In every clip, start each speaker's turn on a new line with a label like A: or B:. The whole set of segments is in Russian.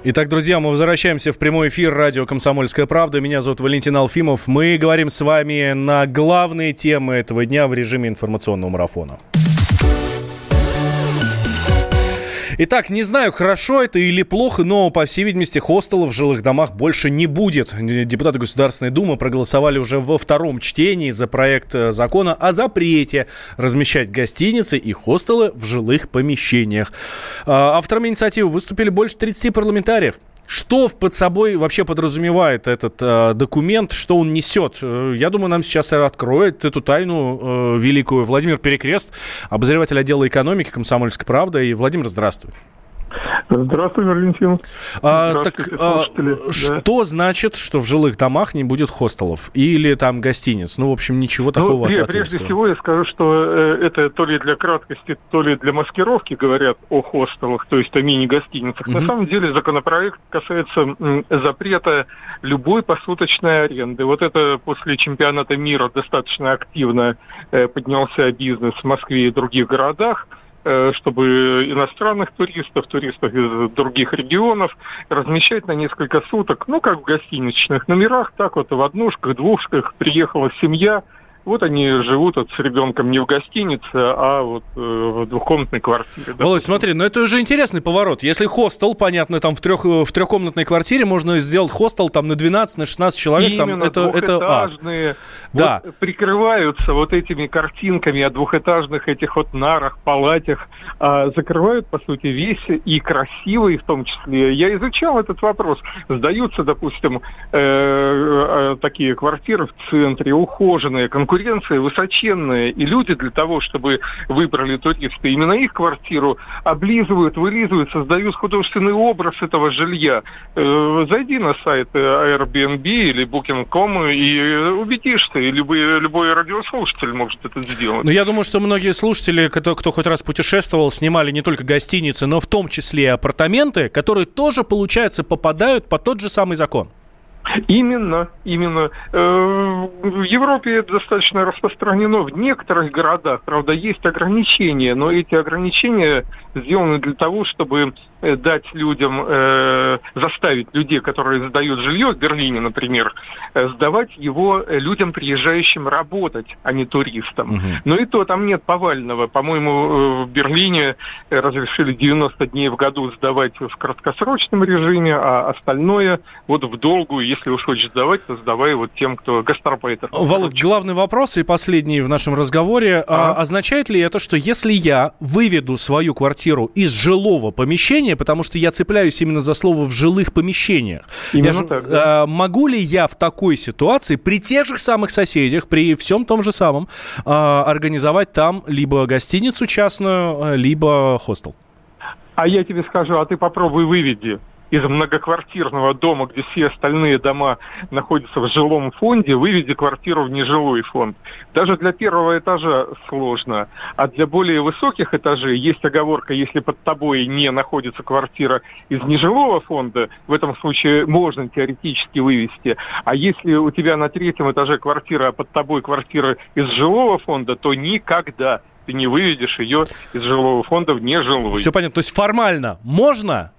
A: Итак, друзья, мы возвращаемся в прямой эфир радио «Комсомольская правда». Меня зовут Валентин Алфимов. Мы говорим с вами на главные темы этого дня в режиме информационного марафона. Итак, не знаю, хорошо это или плохо, но, по всей видимости, хостелов в жилых домах больше не будет. Депутаты Государственной Думы проголосовали уже во втором чтении за проект закона о запрете размещать гостиницы и хостелы в жилых помещениях. Авторами инициативы выступили больше 30 парламентариев. Что под собой вообще подразумевает этот документ, что он несет? Я думаю, нам сейчас откроет эту тайну великую Владимир Перекрест, обозреватель отдела экономики «Комсомольской правды». И, Владимир, здравствуй.
B: Здравствуй, Валентин.
A: Здравствуйте, слушатели. Что значит, что в жилых домах не будет хостелов или там гостиниц? Ну, в общем, ничего такого отвратительного.
B: Прежде всего, я скажу, что это то ли для краткости, то ли для маскировки говорят о хостелах, то есть о мини-гостиницах. На самом деле законопроект касается запрета любой посуточной аренды. Вот это после чемпионата мира достаточно активно поднялся бизнес в Москве и других городах, чтобы иностранных туристов из других регионов размещать на несколько суток, как в гостиничных номерах, так вот в однушках, двушках приехала семья. Вот они живут с ребенком не в гостинице, а вот в двухкомнатной квартире.
A: Володь, смотри, это уже интересный поворот. Если хостел, понятно, там в трехкомнатной квартире можно сделать хостел там на 12, на 16 человек.
B: Именно,
A: там,
B: двухэтажные.
A: Да.
B: Вот, прикрываются вот этими картинками о двухэтажных этих вот нарах, палатях, закрывают, по сути, весь и красивый в том числе. Я изучал этот вопрос. Сдаются, допустим, такие квартиры в центре, ухоженные, конкуренция высоченная, и люди для того, чтобы выбрали туристы именно их квартиру, облизывают, вылизывают, создают художественный образ этого жилья. Зайди на сайт Airbnb или Booking.com и убедишься, и любой радиослушатель может это сделать.
A: Но я думаю, что многие слушатели, кто хоть раз путешествовал, снимали не только гостиницы, но в том числе и апартаменты, которые тоже, получается, попадают под тот же самый закон.
B: Именно. В Европе это достаточно распространено. В некоторых городах, правда, есть ограничения, но эти ограничения сделаны для того, чтобы дать людям, заставить людей, которые сдают жилье в Берлине, например, сдавать его людям, приезжающим работать, а не туристам. Угу. Но и то там нет повального. По-моему, в Берлине разрешили 90 дней в году сдавать в краткосрочном режиме, а остальное вот в долгую. Если уж хочешь сдавать, то сдавай вот тем, кто гастарбайтер.
A: Володь, главный вопрос и последний в нашем разговоре. Означает ли это, что если я выведу свою квартиру из жилого помещения, потому что я цепляюсь именно за слово «в жилых помещениях», могу ли я в такой ситуации при тех же самых соседях, при всем том же самом, организовать там либо гостиницу частную, либо хостел?
B: А я тебе скажу, ты попробуй выведи из многоквартирного дома, где все остальные дома находятся в жилом фонде, выведи квартиру в нежилой фонд. Даже для первого этажа сложно. А для более высоких этажей есть оговорка, если под тобой не находится квартира из нежилого фонда, в этом случае можно теоретически вывести. А если у тебя на третьем этаже квартира, а под тобой квартира из жилого фонда, то никогда ты не выведешь ее из жилого фонда в нежилой.
A: Все понятно. То есть формально можно,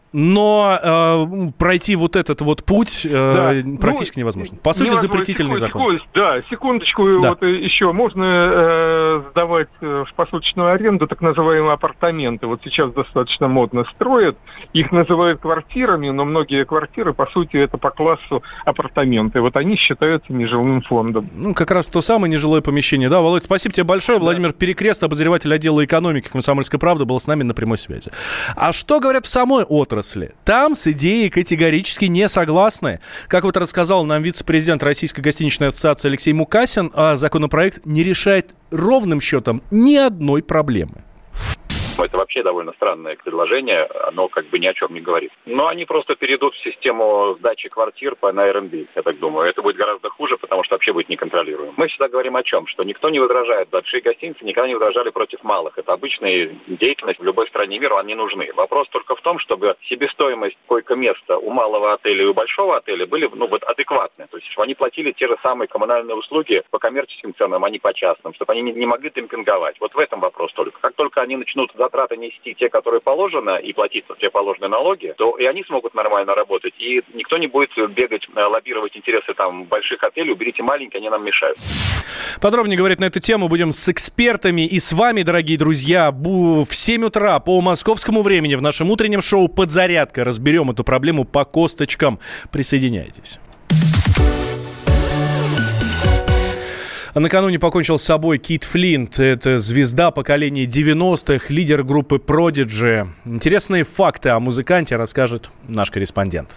A: но пройти вот этот вот путь практически невозможно. По сути, запретительный закон.
B: Секундочку. Вот еще можно сдавать в посуточную аренду так называемые апартаменты. Вот сейчас достаточно модно строят. Их называют квартирами, но многие квартиры, по сути, это по классу апартаменты. Вот они считаются нежилым фондом.
A: Как раз то самое нежилое помещение. Да, Володь, спасибо тебе большое. Да. Владимир Перекрест, обозреватель отдела экономики «Комсомольской правды», был с нами на прямой связи. А что говорят в самой отрасли? Там с идеей категорически не согласны. Как вот рассказал нам вице-президент Российской гостиничной ассоциации Алексей Мукасин, законопроект не решает ровным счетом ни одной проблемы.
C: Это вообще довольно странное предложение, оно как бы ни о чем не говорит. Но они просто перейдут в систему сдачи квартир на Airbnb, я так думаю. Это будет гораздо хуже, потому что вообще будет неконтролируемо. Мы всегда говорим о чем? Что никто не возражает. Большие гостиницы никогда не возражали против малых. Это обычная деятельность в любой стране мира, они нужны. Вопрос только в том, чтобы себестоимость койко-места у малого отеля и у большого отеля были адекватны. То есть, чтобы они платили те же самые коммунальные услуги по коммерческим ценам, а не по частным, чтобы они не могли демпинговать. Вот в этом вопрос только. Как только они начнут затраты нести те, которые положено, и платить те положенные налоги, то и они смогут нормально работать, и никто не будет бегать, лоббировать интересы там больших отелей, уберите маленькие, они нам мешают.
A: Подробнее говорить на эту тему будем с экспертами и с вами, дорогие друзья. В 7 утра по московскому времени в нашем утреннем шоу «Подзарядка» разберем эту проблему по косточкам. Присоединяйтесь. Накануне покончил с собой Кит Флинт. Это звезда поколения 90-х, лидер группы Prodigy. Интересные факты о музыканте расскажет наш корреспондент.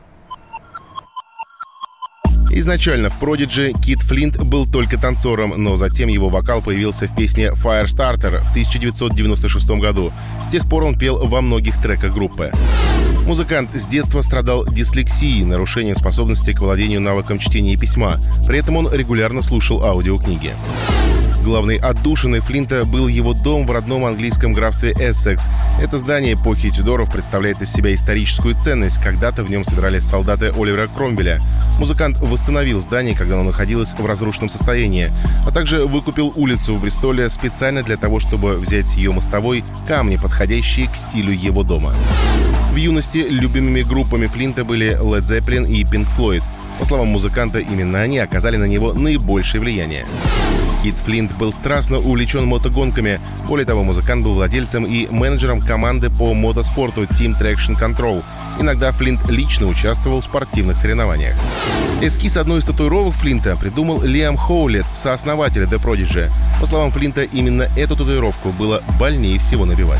D: Изначально в Prodigy Кит Флинт был только танцором, но затем его вокал появился в песне Firestarter в 1996 году. С тех пор он пел во многих треках группы. Музыкант с детства страдал дислексией, нарушением способности к владению навыком чтения и письма. При этом он регулярно слушал аудиокниги. Главной отдушиной Флинта был его дом в родном английском графстве Эссекс. Это здание эпохи Тюдоров представляет из себя историческую ценность. Когда-то в нем собирались солдаты Оливера Кромвеля. Музыкант восстановил здание, когда оно находилось в разрушенном состоянии, а также выкупил улицу в Бристоле специально для того, чтобы взять с ее мостовой камни, подходящие к стилю его дома. В юности любимыми группами Флинта были Led Zeppelin и Pink Floyd. По словам музыканта, именно они оказали на него наибольшее влияние. Кит Флинт был страстно увлечен мотогонками. Более того, музыкант был владельцем и менеджером команды по мотоспорту Team Traction Control. Иногда Флинт лично участвовал в спортивных соревнованиях. Эскиз одной из татуировок Флинта придумал Лиам Хоулетт, сооснователь The Prodigy. По словам Флинта, именно эту татуировку было больнее всего набивать.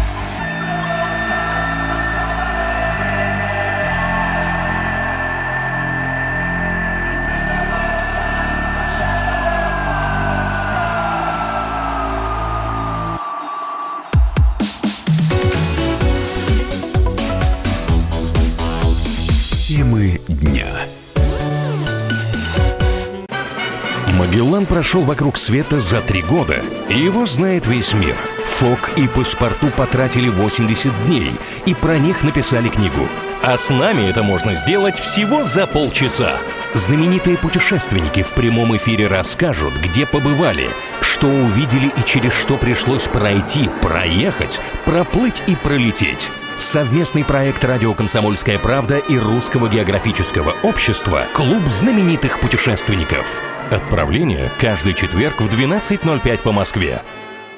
E: Темы дня. Магеллан прошел вокруг света за 3 года, и его знает весь мир. Фок и Паспарту потратили 80 дней, и про них написали книгу. А с нами это можно сделать всего за полчаса. Знаменитые путешественники в прямом эфире расскажут, где побывали, что увидели и через что пришлось пройти, проехать, проплыть и пролететь. Совместный проект «Радио Комсомольская правда» и Русского географического общества «Клуб знаменитых путешественников». Отправление каждый четверг в 12:05 по Москве.